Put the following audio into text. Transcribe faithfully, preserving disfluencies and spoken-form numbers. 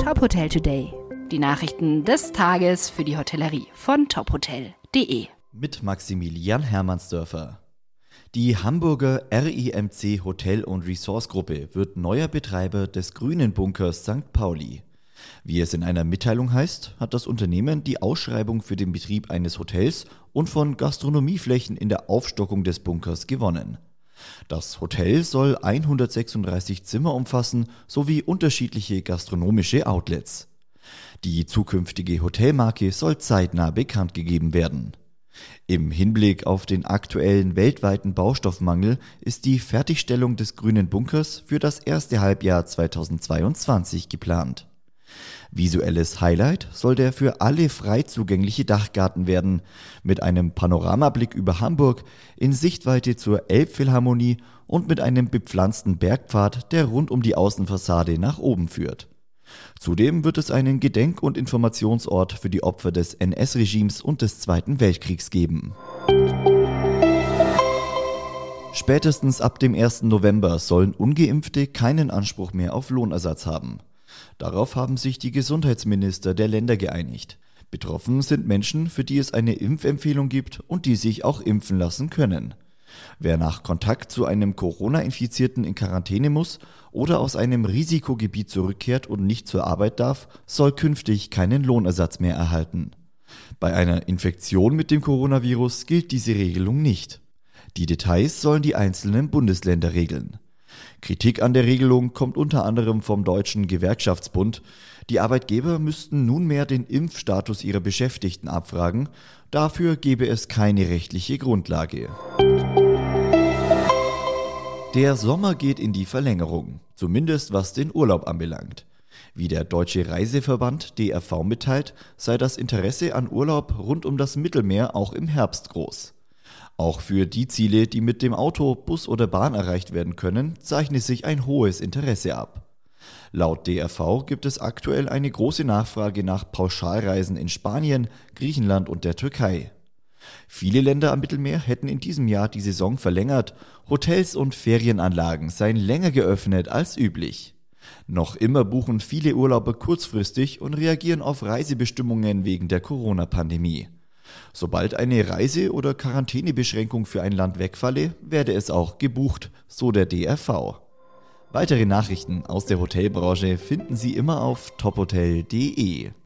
Top Hotel Today. Die Nachrichten des Tages für die Hotellerie von top hotel punkt de. Mit Maximilian Hermannsdörfer. Die Hamburger R I M C Hotel- und Resorts-Gruppe wird neuer Betreiber des Grünen Bunkers Sankt Pauli. Wie es in einer Mitteilung heißt, hat das Unternehmen die Ausschreibung für den Betrieb eines Hotels und von Gastronomieflächen in der Aufstockung des Bunkers gewonnen. Das Hotel soll hundertsechsunddreißig Zimmer umfassen sowie unterschiedliche gastronomische Outlets. Die zukünftige Hotelmarke soll zeitnah bekannt gegeben werden. Im Hinblick auf den aktuellen weltweiten Baustoffmangel ist die Fertigstellung des Grünen Bunkers für das erste Halbjahr zweitausendzweiundzwanzig geplant. Visuelles Highlight soll der für alle frei zugängliche Dachgarten werden, mit einem Panoramablick über Hamburg, in Sichtweite zur Elbphilharmonie und mit einem bepflanzten Bergpfad, der rund um die Außenfassade nach oben führt. Zudem wird es einen Gedenk- und Informationsort für die Opfer des N S-Regimes und des Zweiten Weltkriegs geben. Spätestens ab dem ersten November sollen Ungeimpfte keinen Anspruch mehr auf Lohnersatz haben. Darauf haben sich die Gesundheitsminister der Länder geeinigt. Betroffen sind Menschen, für die es eine Impfempfehlung gibt und die sich auch impfen lassen können. Wer nach Kontakt zu einem Corona-Infizierten in Quarantäne muss oder aus einem Risikogebiet zurückkehrt und nicht zur Arbeit darf, soll künftig keinen Lohnersatz mehr erhalten. Bei einer Infektion mit dem Coronavirus gilt diese Regelung nicht. Die Details sollen die einzelnen Bundesländer regeln. Kritik an der Regelung kommt unter anderem vom Deutschen Gewerkschaftsbund. Die Arbeitgeber müssten nunmehr den Impfstatus ihrer Beschäftigten abfragen. Dafür gebe es keine rechtliche Grundlage. Der Sommer geht in die Verlängerung, zumindest was den Urlaub anbelangt. Wie der Deutsche Reiseverband D R V mitteilt, sei das Interesse an Urlaub rund um das Mittelmeer auch im Herbst groß. Auch für die Ziele, die mit dem Auto, Bus oder Bahn erreicht werden können, zeichne sich ein hohes Interesse ab. Laut D R V gibt es aktuell eine große Nachfrage nach Pauschalreisen in Spanien, Griechenland und der Türkei. Viele Länder am Mittelmeer hätten in diesem Jahr die Saison verlängert, Hotels und Ferienanlagen seien länger geöffnet als üblich. Noch immer buchen viele Urlauber kurzfristig und reagieren auf Reisebestimmungen wegen der Corona-Pandemie. Sobald eine Reise- oder Quarantänebeschränkung für ein Land wegfalle, werde es auch gebucht, so der D R V. Weitere Nachrichten aus der Hotelbranche finden Sie immer auf top hotel punkt de.